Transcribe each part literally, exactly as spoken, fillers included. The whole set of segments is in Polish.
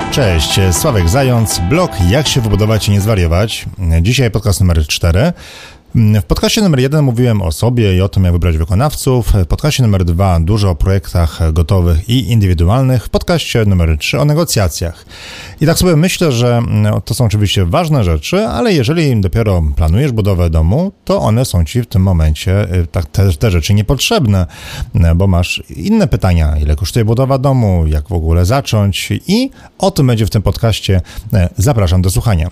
Cześć, Sławek Zając, blog Jak się wybudować i nie zwariować. Dzisiaj podcast numer cztery. W podcaście numer jeden mówiłem o sobie i o tym, jak wybrać wykonawców. W podcaście numer dwa dużo o projektach gotowych i indywidualnych. W podcaście numer trzy o negocjacjach. I tak sobie myślę, że to są oczywiście ważne rzeczy, ale jeżeli dopiero planujesz budowę domu, to one są ci w tym momencie tak, te, te rzeczy niepotrzebne, bo masz inne pytania. Ile kosztuje budowa domu, jak w ogóle zacząć i o tym będzie w tym podcaście. Zapraszam do słuchania.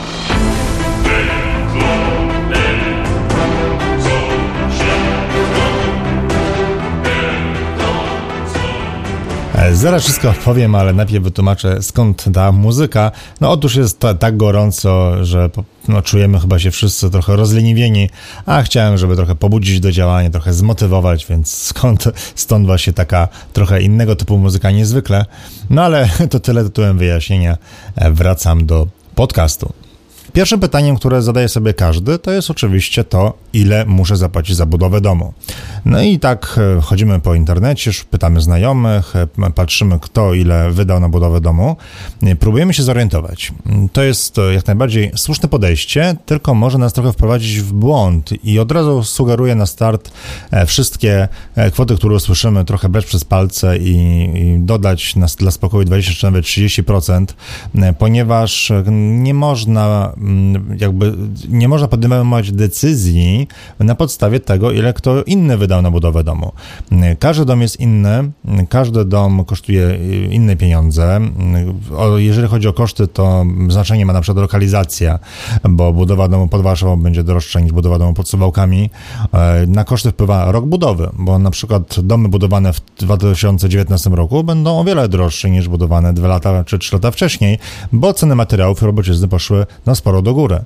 Zaraz wszystko powiem, ale najpierw wytłumaczę, skąd ta muzyka. No otóż jest to tak gorąco, że no, czujemy chyba się wszyscy trochę rozleniwieni, a chciałem, żeby trochę pobudzić do działania, trochę zmotywować, więc skąd, stąd właśnie taka trochę innego typu muzyka niezwykle. No ale to tyle tytułem wyjaśnienia. Wracam do podcastu. Pierwszym pytaniem, które zadaje sobie każdy, to jest oczywiście to, ile muszę zapłacić za budowę domu. No i tak chodzimy po internecie, pytamy znajomych, patrzymy, kto ile wydał na budowę domu, próbujemy się zorientować. To jest jak najbardziej słuszne podejście, tylko może nas trochę wprowadzić w błąd i od razu sugeruję na start wszystkie kwoty, które usłyszymy, trochę brać przez palce i, i dodać nas dla spokoju dwadzieścia czy nawet trzydzieści procent, ponieważ nie można jakby nie można podejmować decyzji na podstawie tego, ile kto inny wydał na budowę domu. Każdy dom jest inny, każdy dom kosztuje inne pieniądze. Jeżeli chodzi o koszty, to znaczenie ma na przykład lokalizacja, bo budowa domu pod Warszawą będzie droższa niż budowa domu pod Suwałkami. Na koszty wpływa rok budowy, bo na przykład domy budowane w dwa tysiące dziewiętnastym roku będą o wiele droższe niż budowane dwa lata czy trzy lata wcześniej, bo ceny materiałów i robocizny poszły na sporo do góry.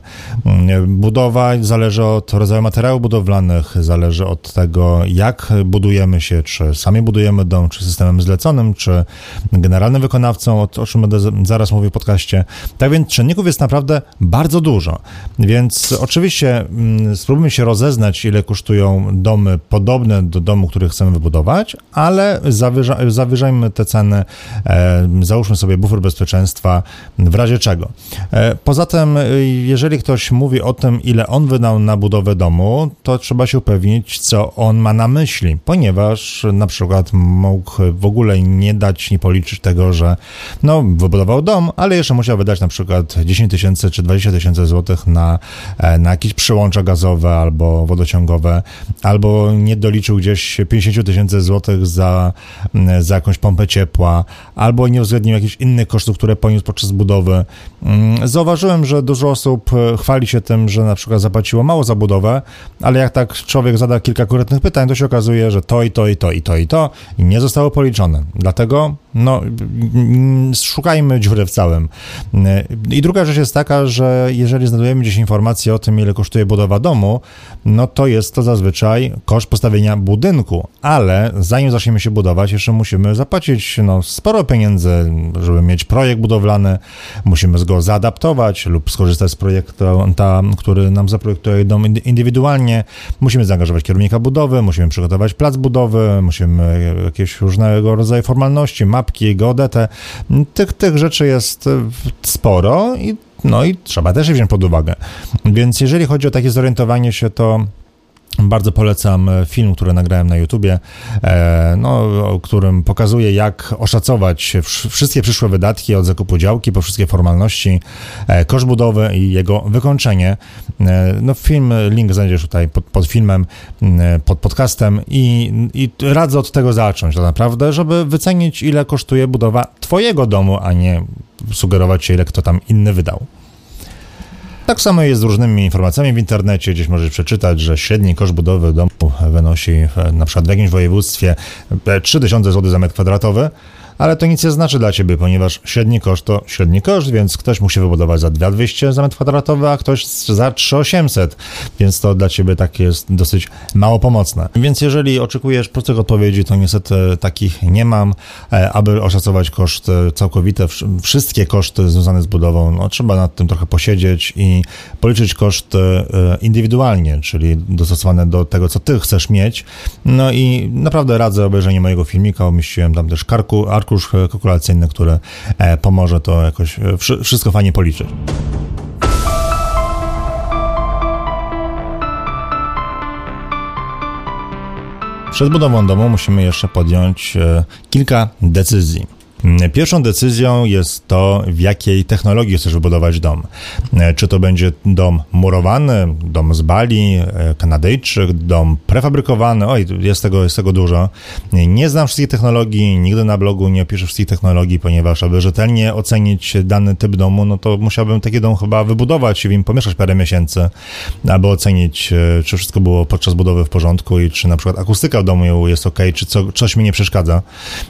Budowa zależy od rodzaju materiałów budowlanych, zależy od tego, jak budujemy się, czy sami budujemy dom, czy systemem zleconym, czy generalnym wykonawcą, o czym będę zaraz mówił w podcaście. Tak więc czynników jest naprawdę bardzo dużo. Więc oczywiście spróbujmy się rozeznać, ile kosztują domy podobne do domu, który chcemy wybudować, ale zawyża, zawyżajmy te ceny, e, załóżmy sobie bufor bezpieczeństwa w razie czego. E, poza tym jeżeli ktoś mówi o tym, ile on wydał na budowę domu, to trzeba się upewnić, co on ma na myśli, ponieważ na przykład mógł w ogóle nie dać, nie policzyć tego, że no, wybudował dom, ale jeszcze musiał wydać na przykład dziesięć tysięcy czy dwadzieścia tysięcy złotych na, na jakieś przyłącza gazowe albo wodociągowe, albo nie doliczył gdzieś pięćdziesiąt tysięcy złotych za, za jakąś pompę ciepła, albo nie uwzględnił jakichś innych kosztów, które poniósł podczas budowy. Zauważyłem, że dużo osób chwali się tym, że na przykład zapłaciło mało za budowę, ale jak tak człowiek zada kilka konkretnych pytań, to się okazuje, że to i to i to i to i to i nie zostało policzone. Dlatego no, szukajmy dziury w całym. I druga rzecz jest taka, że jeżeli znajdujemy gdzieś informację o tym, ile kosztuje budowa domu, no to jest to zazwyczaj koszt postawienia budynku, ale zanim zaczniemy się budować, jeszcze musimy zapłacić no, sporo pieniędzy, żeby mieć projekt budowlany, musimy go zaadaptować lub skorzystać z projektanta, który nam zaprojektuje dom indywidualnie, musimy zaangażować kierownika budowy, musimy przygotować plac budowy, musimy jakieś różnego rodzaju formalności, mapki, geodetę. Tych, tych rzeczy jest sporo i no i trzeba też je wziąć pod uwagę. Więc jeżeli chodzi o takie zorientowanie się, to bardzo polecam film, który nagrałem na YouTubie, no, którym pokazuje, jak oszacować wszystkie przyszłe wydatki od zakupu działki po wszystkie formalności, koszt budowy i jego wykończenie. No, film, link znajdziesz tutaj pod, pod filmem, pod podcastem i, i radzę od tego zacząć tak naprawdę, żeby wycenić, ile kosztuje budowa twojego domu, a nie sugerować się, ile kto tam inny wydał. Tak samo jest z różnymi informacjami w internecie, gdzieś możesz przeczytać, że średni koszt budowy domu wynosi na przykład w jakimś województwie trzy tysiące złotych za metr kwadratowy, ale to nic nie znaczy dla ciebie, ponieważ średni koszt to średni koszt, więc ktoś musi wybudować za dwa tysiące dwieście za metr kwadratowy, a ktoś za trzy tysiące osiemset, więc to dla ciebie tak jest dosyć mało pomocne. Więc jeżeli oczekujesz prostych odpowiedzi, to niestety takich nie mam. Aby oszacować koszty całkowite, wszystkie koszty związane z budową, no, trzeba nad tym trochę posiedzieć i policzyć koszty indywidualnie, czyli dostosowane do tego, co ty chcesz mieć. No i naprawdę radzę obejrzenie mojego filmika, umieściłem tam też karku, arkusz arkusz kalkulacyjny, który pomoże to jakoś wszystko fajnie policzyć. Przed budową domu musimy jeszcze podjąć kilka decyzji. Pierwszą decyzją jest to, w jakiej technologii chcesz wybudować dom. Czy to będzie dom murowany, dom z bali, kanadyjczyk, dom prefabrykowany, oj, jest tego, jest tego dużo. Nie znam wszystkich technologii, nigdy na blogu nie opiszę wszystkich technologii, ponieważ aby rzetelnie ocenić dany typ domu, no to musiałbym taki dom chyba wybudować i w nim pomieszać parę miesięcy, aby ocenić, czy wszystko było podczas budowy w porządku i czy na przykład akustyka w domu jest ok, czy co, coś mi nie przeszkadza.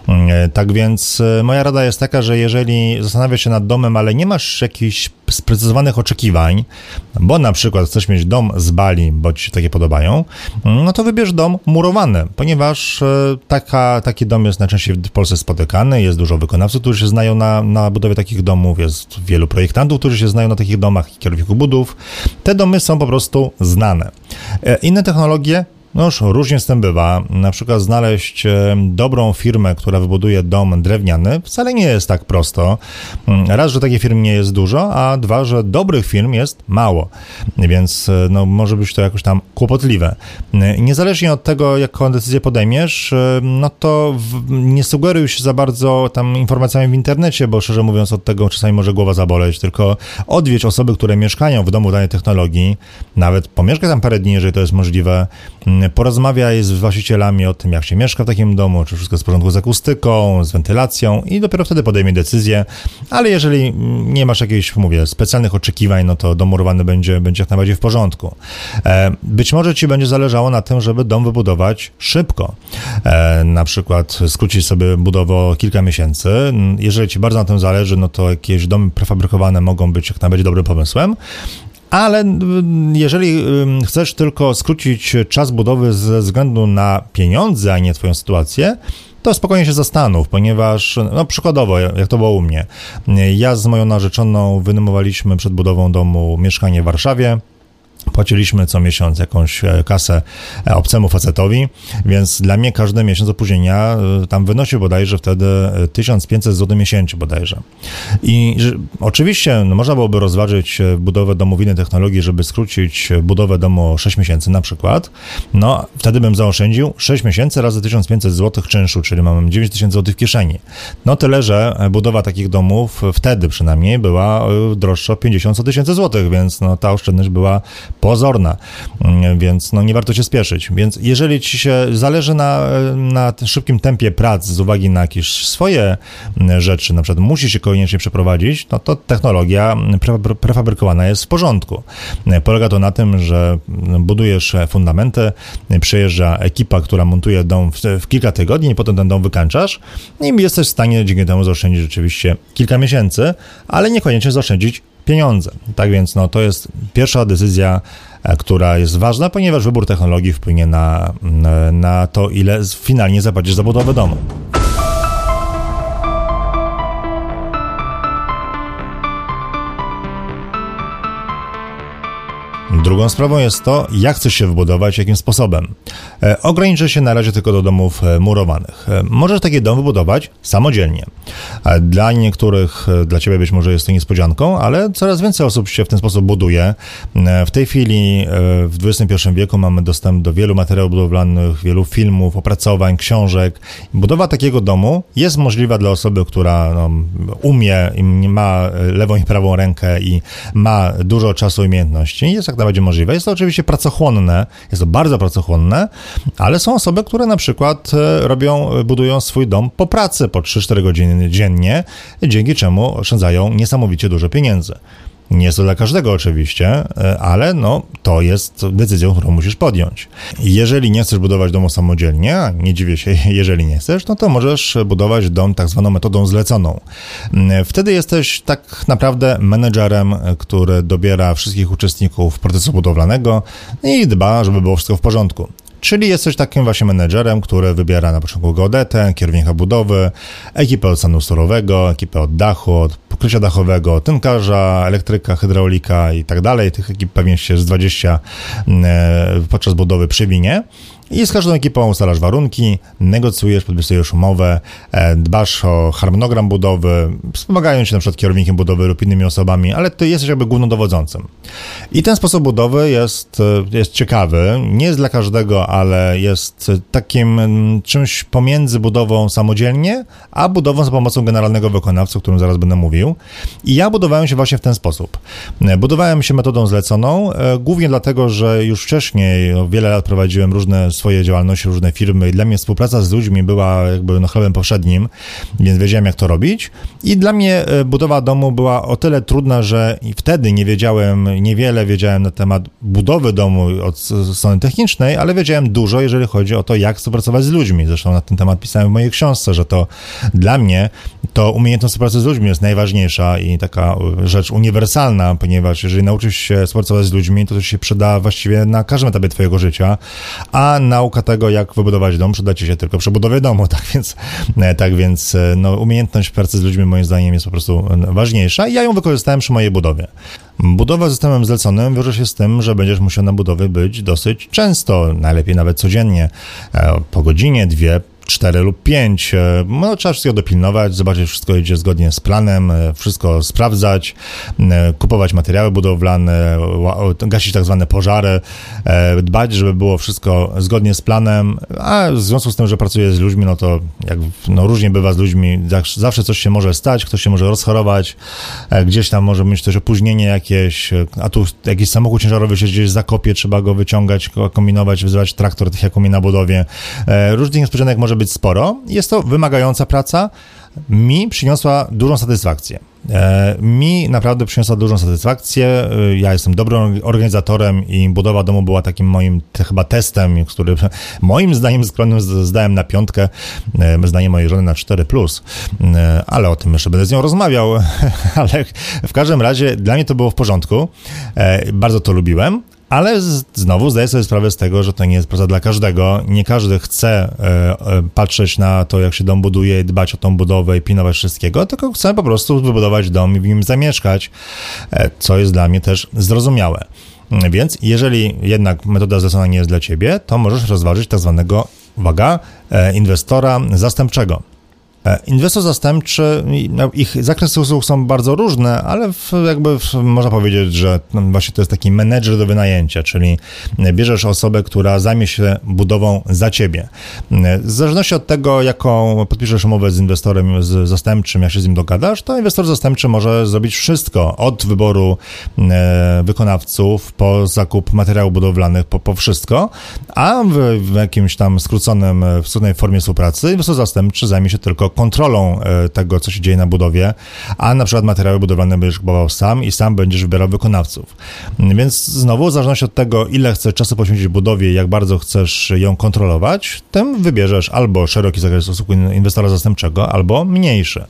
Tak więc moja rada jest taka, że jeżeli zastanawiasz się nad domem, ale nie masz jakichś sprecyzowanych oczekiwań, bo na przykład chcesz mieć dom z bali, bo ci się takie podobają, no to wybierz dom murowany, ponieważ taka, taki dom jest najczęściej w Polsce spotykany, jest dużo wykonawców, którzy się znają na, na budowie takich domów, jest wielu projektantów, którzy się znają na takich domach i kierowników budów. Te domy są po prostu znane. Inne technologie, no już różnie z tym bywa. Na przykład znaleźć dobrą firmę, która wybuduje dom drewniany, wcale nie jest tak prosto. Raz, że takich firm nie jest dużo, a dwa, że dobrych firm jest mało, więc no, może być to jakoś tam kłopotliwe. Niezależnie od tego, jaką decyzję podejmiesz, no to w, nie sugeruj się za bardzo tam informacjami w internecie, bo szczerze mówiąc od tego czasami może głowa zaboleć, tylko odwiedź osoby, które mieszkają w domu danej technologii, nawet pomieszkaj tam parę dni, jeżeli to jest możliwe, porozmawiaj z właścicielami o tym, jak się mieszka w takim domu, czy wszystko jest w porządku z akustyką, z wentylacją i dopiero wtedy podejmij decyzję, ale jeżeli nie masz jakichś, mówię, specjalnych oczekiwań, no to dom murowany będzie, będzie jak najbardziej w porządku. E, być może ci będzie zależało na tym, żeby dom wybudować szybko. E, na przykład skrócić sobie budowę o kilka miesięcy. Jeżeli ci bardzo na tym zależy, no to jakieś domy prefabrykowane mogą być jak najbardziej dobrym pomysłem. Ale jeżeli chcesz tylko skrócić czas budowy ze względu na pieniądze, a nie twoją sytuację, to spokojnie się zastanów, ponieważ, no przykładowo, jak to było u mnie, ja z moją narzeczoną wynajmowaliśmy przed budową domu mieszkanie w Warszawie. Płaciliśmy co miesiąc jakąś kasę obcemu facetowi, więc dla mnie każdy miesiąc opóźnienia tam wynosił bodajże wtedy tysiąc pięćset złotych miesięcznie bodajże. I że, oczywiście no, można byłoby rozważyć budowę domu w innej technologii, żeby skrócić budowę domu o sześć miesięcy na przykład, no wtedy bym zaoszczędził sześć miesięcy razy tysiąc pięćset złotych czynszu, czyli mamy dziewięć tysięcy złotych w kieszeni. No tyle, że budowa takich domów wtedy przynajmniej była droższa o pięćdziesiąt tysięcy złotych, więc no, ta oszczędność była pozorna, więc no nie warto się spieszyć. Więc jeżeli ci się zależy na, na tym szybkim tempie prac z uwagi na jakieś swoje rzeczy, na przykład musisz się koniecznie przeprowadzić, no to technologia pre, prefabrykowana jest w porządku. Polega to na tym, że budujesz fundamenty, przyjeżdża ekipa, która montuje dom w, w kilka tygodni i potem ten dom wykańczasz i jesteś w stanie dzięki temu zaoszczędzić rzeczywiście kilka miesięcy, ale niekoniecznie zaoszczędzić pieniądze. Tak więc no, to jest pierwsza decyzja, która jest ważna, ponieważ wybór technologii wpłynie na, na to, ile finalnie zapłacisz za budowę domu. Drugą sprawą jest to, jak chcesz się wybudować, jakim sposobem. E, ograniczę się na razie tylko do domów e, murowanych. E, możesz taki dom wybudować samodzielnie. E, dla niektórych, e, dla ciebie być może jest to niespodzianką, ale coraz więcej osób się w ten sposób buduje. E, w tej chwili, e, w dwudziestym pierwszym wieku mamy dostęp do wielu materiałów budowlanych, wielu filmów, opracowań, książek. Budowa takiego domu jest możliwa dla osoby, która no, umie, ma lewą i prawą rękę i ma dużo czasu i umiejętności. Jest jak najbardziej możliwe. Jest to oczywiście pracochłonne, jest to bardzo pracochłonne, ale są osoby, które na przykład robią, budują swój dom po pracy, po trzy cztery godziny dziennie, dzięki czemu oszczędzają niesamowicie dużo pieniędzy. Nie jest to dla każdego oczywiście, ale no, to jest decyzją, którą musisz podjąć. Jeżeli nie chcesz budować domu samodzielnie, a nie dziwię się, jeżeli nie chcesz, no to możesz budować dom tak zwaną metodą zleconą. Wtedy jesteś tak naprawdę menedżerem, który dobiera wszystkich uczestników procesu budowlanego i dba, żeby było wszystko w porządku. Czyli jesteś takim właśnie menedżerem, który wybiera na początku geodetę, kierownika budowy, ekipę od stanu surowego, ekipę od dachu, od pokrycia dachowego, tynkarza, elektryka, hydraulika i tak dalej. Tych ekip pewnie się z dwudziestu podczas budowy przywinie. I z każdą ekipą ustalasz warunki, negocjujesz, podpisujesz umowę, dbasz o harmonogram budowy, wspomagają cię na przykład kierownikiem budowy lub innymi osobami, ale ty jesteś jakby głównodowodzącym. I ten sposób budowy jest, jest ciekawy, nie jest dla każdego, ale jest takim czymś pomiędzy budową samodzielnie, a budową za pomocą generalnego wykonawcy, o którym zaraz będę mówił. I ja budowałem się właśnie w ten sposób. Budowałem się metodą zleconą, głównie dlatego, że już wcześniej, no, wiele lat prowadziłem różne swoje działalności, różne firmy i dla mnie współpraca z ludźmi była jakby no chlebem powszednim, więc wiedziałem, jak to robić. I dla mnie budowa domu była o tyle trudna, że wtedy nie wiedziałem, niewiele wiedziałem na temat budowy domu od strony technicznej, ale wiedziałem dużo, jeżeli chodzi o to, jak współpracować z ludźmi. Zresztą na ten temat pisałem w mojej książce, że to dla mnie to umiejętność współpracy z ludźmi jest najważniejsza i taka rzecz uniwersalna, ponieważ jeżeli nauczysz się współpracować z ludźmi, to to się przyda właściwie na każdym etapie twojego życia, a nauka tego, jak wybudować dom, przyda ci się tylko przy budowie domu, tak więc, tak więc no, umiejętność pracy z ludźmi moim zdaniem jest po prostu ważniejsza i ja ją wykorzystałem przy mojej budowie. Budowa systemem zleconym wiąże się z tym, że będziesz musiał na budowie być dosyć często, najlepiej nawet codziennie, po godzinie, dwie, cztery lub pięć. No, trzeba wszystkiego dopilnować, zobaczyć, wszystko idzie zgodnie z planem, wszystko sprawdzać, kupować materiały budowlane, gasić tak zwane pożary, dbać, żeby było wszystko zgodnie z planem, a w związku z tym, że pracuję z ludźmi, no to jak no, różnie bywa z ludźmi, zawsze coś się może stać, ktoś się może rozchorować, gdzieś tam może mieć też opóźnienie jakieś, a tu jakiś samochód ciężarowy się gdzieś zakopie, trzeba go wyciągać, kombinować, wzywać traktor, tak jak u mnie na budowie. Różnych niespodzianek może być sporo. Jest to wymagająca praca. Mi przyniosła dużą satysfakcję. E, mi naprawdę przyniosła dużą satysfakcję. E, ja jestem dobrym organizatorem i budowa domu była takim moim te, chyba testem, który moim zdaniem skromnym zdałem na piątkę, e, zdaniem mojej żony na cztery plus, e, ale o tym jeszcze będę z nią rozmawiał, ale w każdym razie dla mnie to było w porządku. E, bardzo to lubiłem. Ale z, znowu zdaję sobie sprawę z tego, że to nie jest praca dla każdego. Nie każdy chce e, e, patrzeć na to, jak się dom buduje, dbać o tą budowę i pilnować wszystkiego, tylko chce po prostu wybudować dom i w nim zamieszkać, e, co jest dla mnie też zrozumiałe. Więc jeżeli jednak metoda zlecona nie jest dla ciebie, to możesz rozważyć tak zwanego, uwaga, e, inwestora zastępczego. Inwestor zastępczy, ich zakresy usług są bardzo różne, ale w, jakby w, można powiedzieć, że właśnie to jest taki menedżer do wynajęcia, czyli bierzesz osobę, która zajmie się budową za ciebie. W zależności od tego, jaką podpiszesz umowę z inwestorem z zastępczym, jak się z nim dogadasz, to inwestor zastępczy może zrobić wszystko, od wyboru e, wykonawców, po zakup materiałów budowlanych, po, po wszystko, a w, w jakimś tam skróconym, w skróconej formie współpracy inwestor zastępczy zajmie się tylko kontrolą tego, co się dzieje na budowie, a na przykład materiały budowlane będziesz kupował sam i sam będziesz wybierał wykonawców. Więc znowu, w zależności od tego, ile chcesz czasu poświęcić budowie i jak bardzo chcesz ją kontrolować, tym wybierzesz albo szeroki zakres usług inwestora zastępczego, albo mniejszy.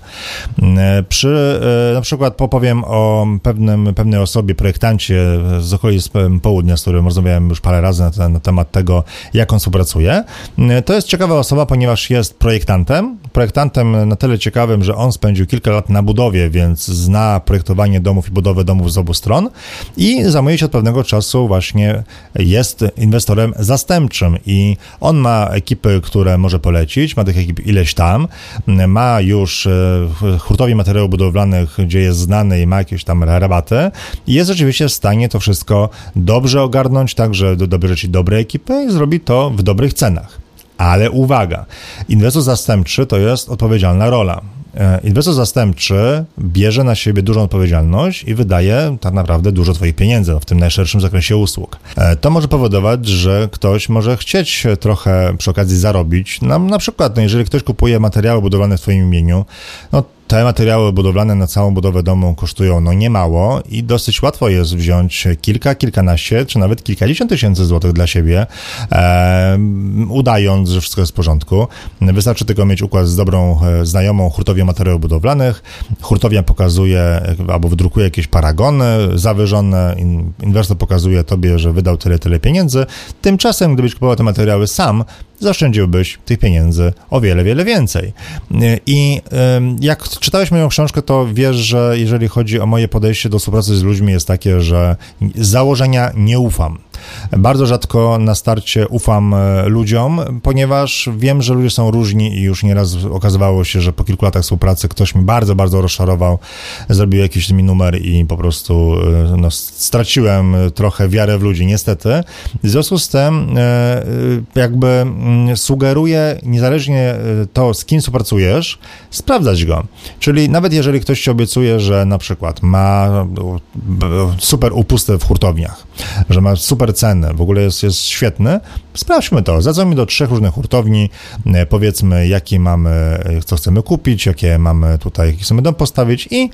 Przy, na przykład popowiem o pewnym, pewnej osobie, projektancie z okolic południa, z którym rozmawiałem już parę razy na, ten, na temat tego, jak on współpracuje. To jest ciekawa osoba, ponieważ jest projektantem, projektantem na tyle ciekawym, że on spędził kilka lat na budowie, więc zna projektowanie domów i budowę domów z obu stron i zajmuje się od pewnego czasu właśnie, jest inwestorem zastępczym i on ma ekipy, które może polecić, ma tych ekip ileś tam, ma już hurtownię materiałów budowlanych, gdzie jest znany i ma jakieś tam rabaty i jest rzeczywiście w stanie to wszystko dobrze ogarnąć, tak, że dobierze ci dobre ekipy i zrobi to w dobrych cenach. Ale uwaga, inwestor zastępczy to jest odpowiedzialna rola. Inwestor zastępczy bierze na siebie dużą odpowiedzialność i wydaje tak naprawdę dużo twoich pieniędzy w tym najszerszym zakresie usług. To może powodować, że ktoś może chcieć trochę przy okazji zarobić. Na, na przykład, no jeżeli ktoś kupuje materiały budowlane w twoim imieniu, no te materiały budowlane na całą budowę domu kosztują no niemało i dosyć łatwo jest wziąć kilka, kilkanaście, czy nawet kilkadziesiąt tysięcy złotych dla siebie, e, udając, że wszystko jest w porządku. Wystarczy tylko mieć układ z dobrą, e, znajomą hurtownią materiałów budowlanych. Hurtownia pokazuje albo wydrukuje jakieś paragony zawyżone, in, inwestor pokazuje tobie, że wydał tyle, tyle pieniędzy. Tymczasem, gdybyś kupował te materiały sam, zaoszczędziłbyś tych pieniędzy o wiele, wiele więcej. I jak czytałeś moją książkę, to wiesz, że jeżeli chodzi o moje podejście do współpracy z ludźmi, jest takie, że z założenia nie ufam. Bardzo rzadko na starcie ufam ludziom, ponieważ wiem, że ludzie są różni i już nieraz okazywało się, że po kilku latach współpracy ktoś mi bardzo, bardzo rozczarował, zrobił jakiś mi numer i po prostu no, straciłem trochę wiarę w ludzi, niestety. W związku z tym jakby sugeruję, niezależnie to, z kim współpracujesz, sprawdzać go. Czyli nawet jeżeli ktoś ci obiecuje, że na przykład ma super upusty w hurtowniach, że ma super ceny, w ogóle jest, jest świetny, sprawdźmy to. Zadzwonimy do trzech różnych hurtowni, powiedzmy, jakie mamy, co chcemy kupić, jakie mamy tutaj, jaki chcemy dom postawić i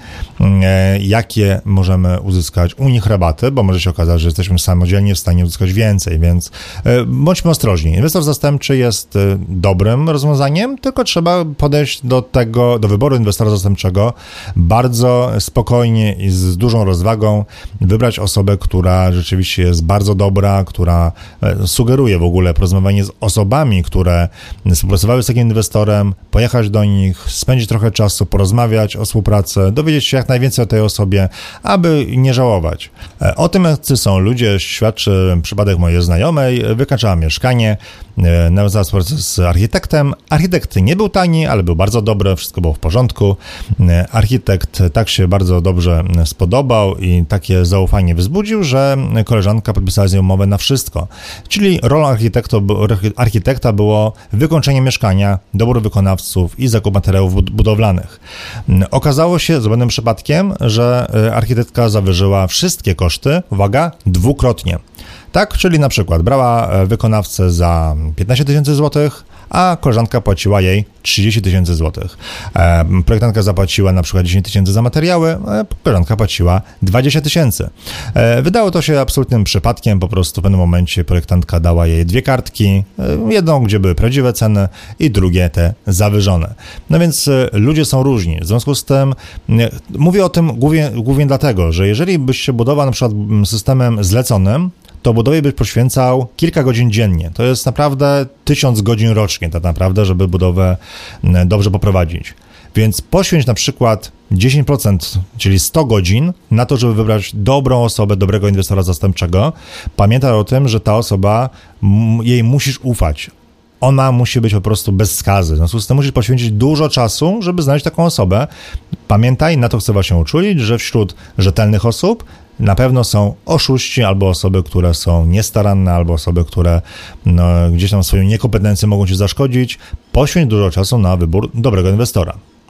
e, jakie możemy uzyskać u nich rabaty, bo może się okazać, że jesteśmy samodzielnie w stanie uzyskać więcej, więc e, bądźmy ostrożni. Inwestor zastępczy jest e, dobrym rozwiązaniem, tylko trzeba podejść do tego, do wyboru inwestora zastępczego bardzo spokojnie i z dużą rozwagą, wybrać osobę, która rzeczywiście jest bardzo dobra, która e, sugeruje w ogóle porozmawianie z osobami, które współpracowały z takim inwestorem, pojechać do nich, spędzić trochę czasu, porozmawiać o współpracy, dowiedzieć się jak najwięcej o tej osobie, aby nie żałować. O tym, jacy są ludzie, świadczy przypadek mojej znajomej. Wykańczała mieszkanie, nawiązała współpracę z architektem. Architekt nie był tani, ale był bardzo dobry, wszystko było w porządku. Architekt tak się bardzo dobrze spodobał i takie zaufanie wzbudził, że koleżanka podpisała z nią umowę na wszystko. Czyli rolą architekta, architekta było wykończenie mieszkania, dobór wykonawców i zakup materiałów budowlanych. Okazało się zupełnym przypadkiem, że architektka zawyżyła wszystkie koszty, uwaga, dwukrotnie. Tak, czyli na przykład brała wykonawcę za piętnaście tysięcy złotych, a koleżanka płaciła jej trzydzieści tysięcy złotych. E, projektantka zapłaciła na przykład dziesięć tysięcy za materiały, a koleżanka płaciła dwadzieścia tysięcy. E, wydało to się absolutnym przypadkiem, po prostu w pewnym momencie projektantka dała jej dwie kartki, e, jedną, gdzie były prawdziwe ceny i drugie te zawyżone. No więc e, ludzie są różni, w związku z tym e, mówię o tym głównie, głównie dlatego, że jeżeli byś się budował na przykład systemem zleconym, to budowie byś poświęcał kilka godzin dziennie. To jest naprawdę tysiąc godzin rocznie tak naprawdę, żeby budowę dobrze poprowadzić. Więc poświęć na przykład dziesięć procent, czyli sto godzin na to, żeby wybrać dobrą osobę, dobrego inwestora zastępczego. Pamiętaj o tym, że ta osoba, jej musisz ufać. Ona musi być po prostu bez skazy. W związku z tym musisz poświęcić dużo czasu, żeby znaleźć taką osobę. Pamiętaj, na to chcę właśnie uczulić, że wśród rzetelnych osób na pewno są oszuści albo osoby, które są niestaranne, albo osoby, które no, gdzieś tam swoją niekompetencją mogą ci zaszkodzić. Poświęć dużo czasu na wybór dobrego inwestora.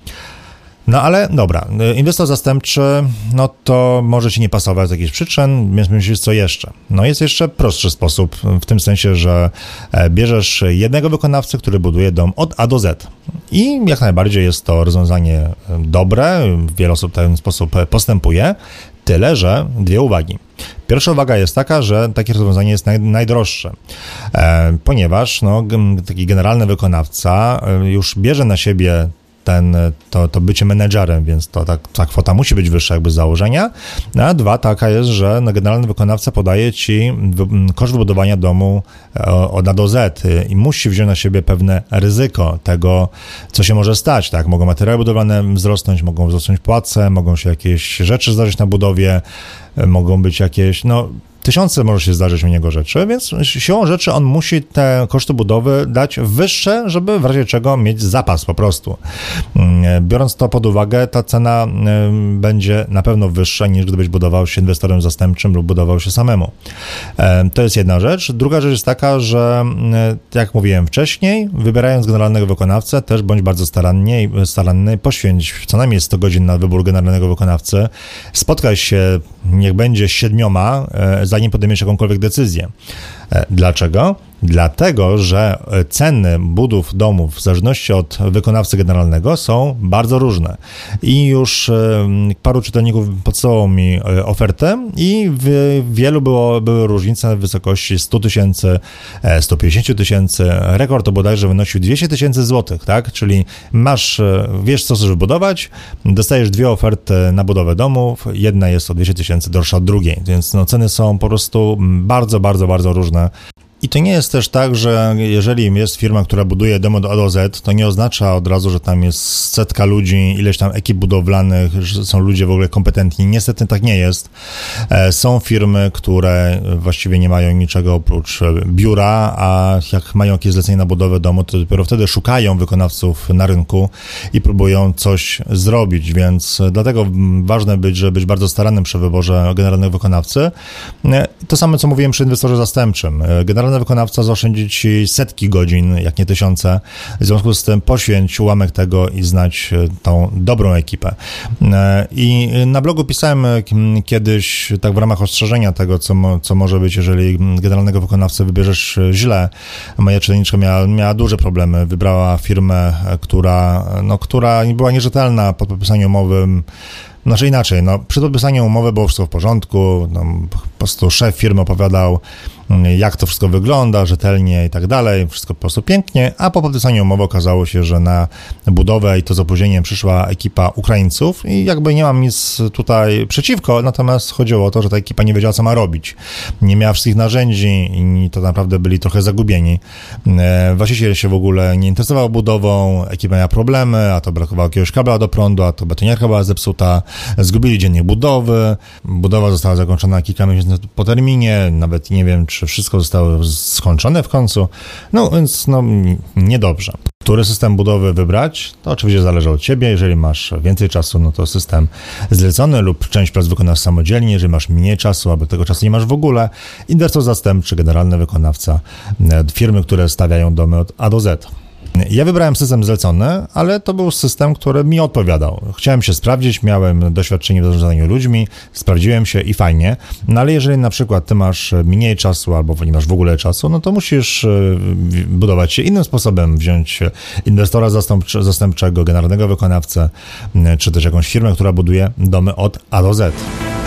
No ale dobra, inwestor zastępczy, no to może ci nie pasować z jakichś przyczyn, więc myślisz, co jeszcze? No jest jeszcze prostszy sposób, w tym sensie, że bierzesz jednego wykonawcę, który buduje dom od A do Z. I jak najbardziej jest to rozwiązanie dobre, wiele osób w ten sposób postępuje, tyle, że dwie uwagi. Pierwsza uwaga jest taka, że takie rozwiązanie jest naj, najdroższe, e, ponieważ no, taki generalny wykonawca już bierze na siebie ten, to, to bycie menedżerem, więc to ta, ta kwota musi być wyższa jakby z założenia. A dwa, taka jest, że no, generalny wykonawca podaje ci koszt wybudowania domu od A do Z i musi wziąć na siebie pewne ryzyko tego, co się może stać. Tak? Mogą materiały budowlane wzrosnąć, mogą wzrosnąć płace, mogą się jakieś rzeczy zdarzyć na budowie, mogą być jakieś, no tysiące może się zdarzyć u niego rzeczy, więc siłą rzeczy on musi te koszty budowy dać wyższe, żeby w razie czego mieć zapas po prostu. Biorąc to pod uwagę, ta cena będzie na pewno wyższa niż gdybyś budował się inwestorem zastępczym lub budował się samemu. To jest jedna rzecz. Druga rzecz jest taka, że jak mówiłem wcześniej, wybierając generalnego wykonawcę, też bądź bardzo starannie i staranny, poświęć co najmniej sto godzin na wybór generalnego wykonawcy, spotkaj się, niech będzie siedmioma, zanim podejmiesz jakąkolwiek decyzję. Dlaczego? Dlatego, że ceny budów domów w zależności od wykonawcy generalnego są bardzo różne. I już paru czytelników podstawiło mi ofertę i w wielu było, były różnice w wysokości sto tysięcy, sto pięćdziesiąt tysięcy. Rekord to bodajże wynosił dwieście tysięcy złotych, tak? Czyli masz, wiesz co chcesz wybudować, dostajesz dwie oferty na budowę domów, jedna jest o dwieście tysięcy droższa od drugiej, więc no, ceny są po prostu bardzo, bardzo, bardzo różne. I to nie jest też tak, że jeżeli jest firma, która buduje dom od A do Z, to nie oznacza od razu, że tam jest setka ludzi, ileś tam ekip budowlanych, że są ludzie w ogóle kompetentni. Niestety tak nie jest. Są firmy, które właściwie nie mają niczego oprócz biura, a jak mają jakieś zlecenie na budowę domu, to dopiero wtedy szukają wykonawców na rynku i próbują coś zrobić, więc dlatego ważne być, żeby być bardzo starannym przy wyborze generalnego wykonawcy. To samo, co mówiłem przy inwestorze zastępczym. Generalny wykonawca zaoszczędzi ci setki godzin, jak nie tysiące. W związku z tym poświęć ułamek tego i znać tą dobrą ekipę. I na blogu pisałem kiedyś, tak w ramach ostrzeżenia tego, co, mo, co może być, jeżeli generalnego wykonawcę wybierzesz źle. Moja czytelniczka miała, miała duże problemy. Wybrała firmę, która, no, która była nierzetelna po podpisaniu umowy. Znaczy inaczej, no, przy podpisaniu umowy było wszystko w porządku, no, po prostu szef firmy opowiadał, jak to wszystko wygląda, rzetelnie i tak dalej, wszystko po prostu pięknie, a po podpisaniu umowy okazało się, że na budowę i to z opóźnieniem przyszła ekipa Ukraińców i jakby nie mam nic tutaj przeciwko, natomiast chodziło o to, że ta ekipa nie wiedziała, co ma robić. Nie miała wszystkich narzędzi i to naprawdę byli trochę zagubieni. Właściciel się w ogóle nie interesował budową, ekipa miała problemy, a to brakowało jakiegoś kabla do prądu, a to betoniarka była zepsuta, zgubili dziennik budowy, budowa została zakończona kilka miesięcy po terminie, nawet nie wiem, czy wszystko zostało skończone w końcu, no więc no niedobrze. Który system budowy wybrać? To oczywiście zależy od ciebie. Jeżeli masz więcej czasu, no to system zlecony lub część prac wykonasz samodzielnie. Jeżeli masz mniej czasu, albo tego czasu nie masz w ogóle, inwestor zastępczy, generalny wykonawca, firmy, które stawiają domy od A do Z. Ja wybrałem system zlecony, ale to był system, który mi odpowiadał. Chciałem się sprawdzić, miałem doświadczenie w zarządzaniu ludźmi, sprawdziłem się i fajnie, no ale jeżeli na przykład ty masz mniej czasu albo nie masz w ogóle czasu, no to musisz budować się innym sposobem, wziąć inwestora zastępczy, zastępczego, generalnego wykonawcę, czy też jakąś firmę, która buduje domy od A do Z.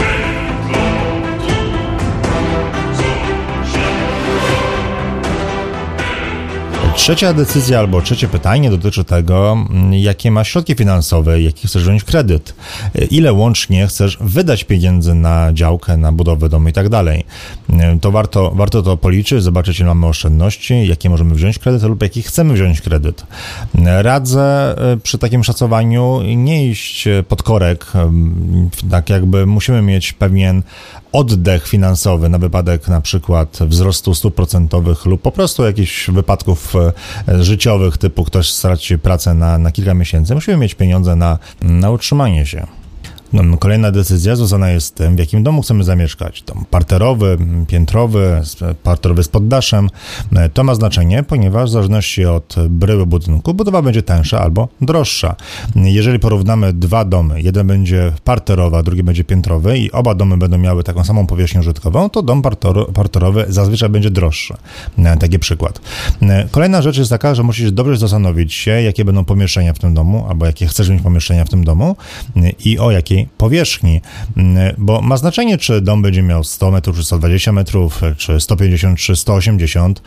Trzecia decyzja albo trzecie pytanie dotyczy tego, jakie masz środki finansowe, jaki chcesz wziąć kredyt, ile łącznie chcesz wydać pieniędzy na działkę, na budowę domu i tak dalej. To warto, warto to policzyć, zobaczyć, ile mamy oszczędności, jakie możemy wziąć kredyt lub jaki chcemy wziąć kredyt. Radzę przy takim szacowaniu nie iść pod korek, tak jakby musimy mieć pewien oddech finansowy na wypadek na przykład wzrostu stóp procentowych lub po prostu jakichś wypadków życiowych, typu ktoś straci pracę na, na kilka miesięcy. Musimy mieć pieniądze na, na utrzymanie się. Kolejna decyzja związana jest z tym, w jakim domu chcemy zamieszkać. Dom parterowy, piętrowy, parterowy z poddaszem. To ma znaczenie, ponieważ w zależności od bryły budynku budowa będzie tańsza albo droższa. Jeżeli porównamy dwa domy, jeden będzie parterowy, a drugi będzie piętrowy i oba domy będą miały taką samą powierzchnię użytkową, to dom parterowy zazwyczaj będzie droższy. Taki przykład. Kolejna rzecz jest taka, że musisz dobrze zastanowić się, jakie będą pomieszczenia w tym domu, albo jakie chcesz mieć pomieszczenia w tym domu i o jakiej powierzchni, bo ma znaczenie, czy dom będzie miał sto metrów, czy sto dwadzieścia metrów, czy sto pięćdziesiąt, czy sto osiemdziesiąt.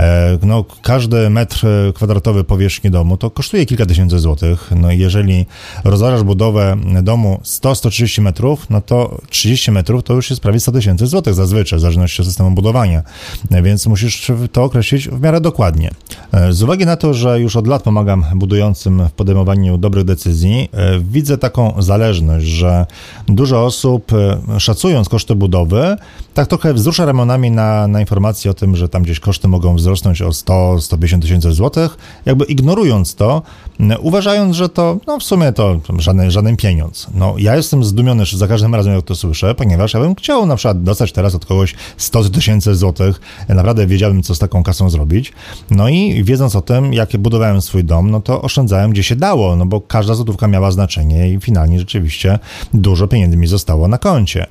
No, każdy metr kwadratowy powierzchni domu to kosztuje kilka tysięcy złotych. No i jeżeli rozważasz budowę domu sto do stu trzydziestu metrów, no to trzydzieści metrów to już jest prawie sto tysięcy złotych zazwyczaj, w zależności od systemu budowania. Więc musisz to określić w miarę dokładnie. Z uwagi na to, że już od lat pomagam budującym w podejmowaniu dobrych decyzji, widzę taką zależność, że że dużo osób, szacując koszty budowy, tak trochę wzrusza ramionami na, na informację o tym, że tam gdzieś koszty mogą wzrosnąć o sto do stu pięćdziesięciu tysięcy złotych, jakby ignorując to, uważając, że to no w sumie to żaden, żaden pieniądz. No ja jestem zdumiony za każdym razem, jak to słyszę, ponieważ ja bym chciał na przykład dostać teraz od kogoś sto tysięcy złotych, naprawdę wiedziałbym, co z taką kasą zrobić. No i wiedząc o tym, jak budowałem swój dom, no to oszczędzałem gdzie się dało, no bo każda złotówka miała znaczenie i finalnie rzeczywiście dużo pieniędzy mi zostało na koncie.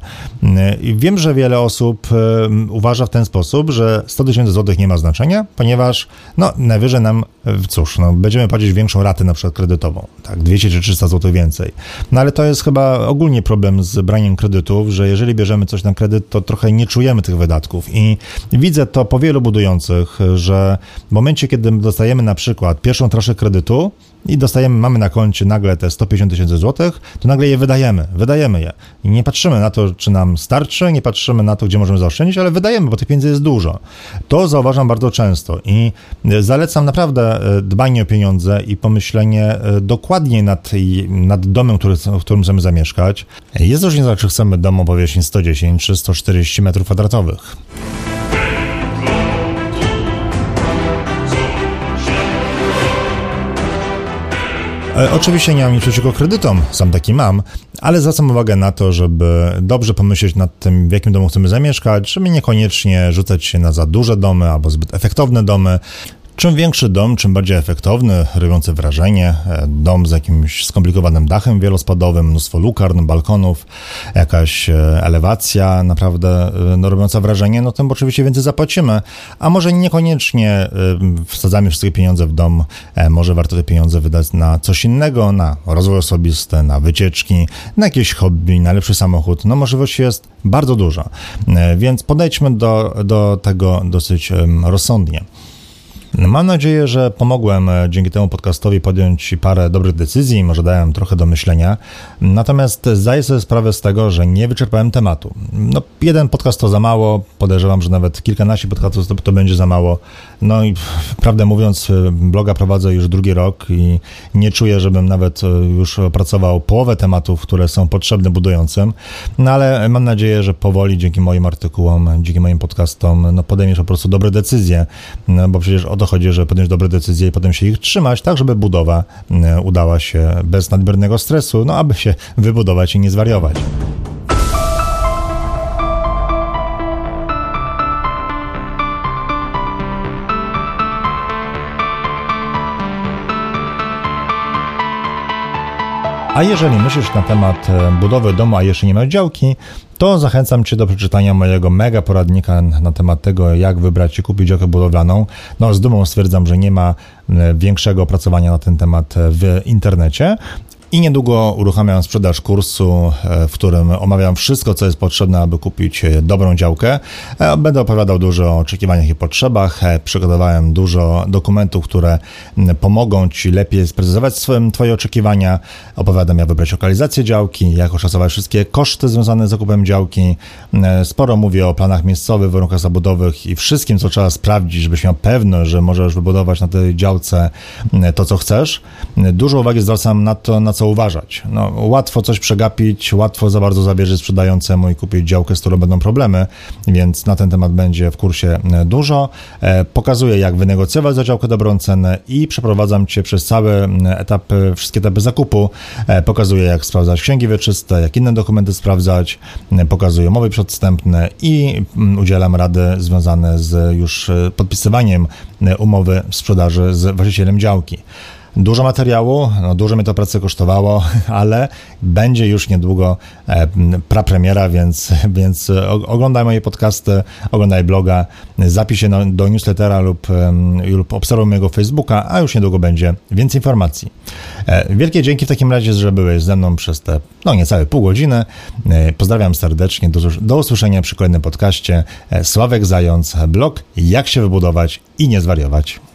I wiem, że wiele osób uważa w ten sposób, że sto tysięcy złotych nie ma znaczenia, ponieważ no najwyżej nam, cóż, no będziemy płacić większą ratę na przykład kredytową, tak, dwieście czy trzysta złotych więcej. No ale to jest chyba ogólnie problem z braniem kredytów, że jeżeli bierzemy coś na kredyt, to trochę nie czujemy tych wydatków i widzę to po wielu budujących, że w momencie, kiedy dostajemy na przykład pierwszą transzę kredytu, i dostajemy, mamy na koncie nagle te sto pięćdziesiąt tysięcy złotych, to nagle je wydajemy, wydajemy je. I nie patrzymy na to, czy nam starczy, nie patrzymy na to, gdzie możemy zaoszczędzić, ale wydajemy, bo tych pieniędzy jest dużo. To zauważam bardzo często i zalecam naprawdę dbanie o pieniądze i pomyślenie dokładnie nad, nad domem, który, w którym chcemy zamieszkać. Jest różnica, czy chcemy dom o powierzchni sto dziesięć czy sto czterdzieści metrów kwadratowych. Oczywiście nie mam nic przeciwko kredytom, sam taki mam, ale zwracam uwagę na to, żeby dobrze pomyśleć nad tym, w jakim domu chcemy zamieszkać, żeby niekoniecznie rzucać się na za duże domy albo zbyt efektowne domy. Czym większy dom, czym bardziej efektowny, robiący wrażenie, dom z jakimś skomplikowanym dachem wielospadowym, mnóstwo lukarn, balkonów, jakaś elewacja naprawdę no, robiąca wrażenie, no tym oczywiście więcej zapłacimy, a może niekoniecznie wsadzamy wszystkie pieniądze w dom, może warto te pieniądze wydać na coś innego, na rozwój osobisty, na wycieczki, na jakieś hobby, na lepszy samochód, no możliwości jest bardzo dużo, więc podejdźmy do, do tego dosyć rozsądnie. Mam nadzieję, że pomogłem dzięki temu podcastowi podjąć parę dobrych decyzji, może dałem trochę do myślenia, natomiast zdaję sobie sprawę z tego, że nie wyczerpałem tematu. No, jeden podcast to za mało, podejrzewam, że nawet kilkanaście podcastów to, to będzie za mało. No i prawdę mówiąc, bloga prowadzę już drugi rok i nie czuję, żebym nawet już opracował połowę tematów, które są potrzebne budującym, no ale mam nadzieję, że powoli dzięki moim artykułom, dzięki moim podcastom, no podejmiesz po prostu dobre decyzje, no, bo przecież o to chodzi, żeby podjąć dobre decyzje i potem się ich trzymać, tak żeby budowa udała się bez nadmiernego stresu, no aby się wybudować i nie zwariować. A jeżeli myślisz na temat budowy domu, a jeszcze nie masz działki, to zachęcam Cię do przeczytania mojego mega poradnika na temat tego, jak wybrać i kupić działkę budowlaną. No z dumą stwierdzam, że nie ma większego opracowania na ten temat w internecie. I niedługo uruchamiam sprzedaż kursu, w którym omawiam wszystko, co jest potrzebne, aby kupić dobrą działkę. Będę opowiadał dużo o oczekiwaniach i potrzebach. Przygotowałem dużo dokumentów, które pomogą Ci lepiej sprecyzować swoje, Twoje oczekiwania. Opowiadam, jak wybrać lokalizację działki, jak oszacować wszystkie koszty związane z zakupem działki. Sporo mówię o planach miejscowych, warunkach zabudowych i wszystkim, co trzeba sprawdzić, żebyś miał pewność, że możesz wybudować na tej działce to, co chcesz. Dużo uwagi zwracam na to, na co uważać. No, łatwo coś przegapić, łatwo za bardzo zawierzyć sprzedającemu i kupić działkę, z którą będą problemy, więc na ten temat będzie w kursie dużo. E, pokazuję, jak wynegocjować za działkę dobrą cenę i przeprowadzam Cię przez całe etapy, wszystkie etapy zakupu. E, pokazuję, jak sprawdzać księgi wieczyste, jak inne dokumenty sprawdzać, e, pokazuję umowy przedwstępne i m, udzielam rady związane z już podpisywaniem umowy sprzedaży z właścicielem działki. Dużo materiału, no dużo mnie to pracy kosztowało, ale będzie już niedługo e, prapremiera, więc, więc oglądaj moje podcasty, oglądaj bloga, zapisz się na, do newslettera lub, e, lub obserwuj mojego Facebooka, a już niedługo będzie więcej informacji. E, wielkie dzięki w takim razie, że byłeś ze mną przez te no niecałe pół godziny. E, pozdrawiam serdecznie, do, do usłyszenia przy kolejnym podcaście. E, Sławek Zając, blog Jak się wybudować i nie zwariować.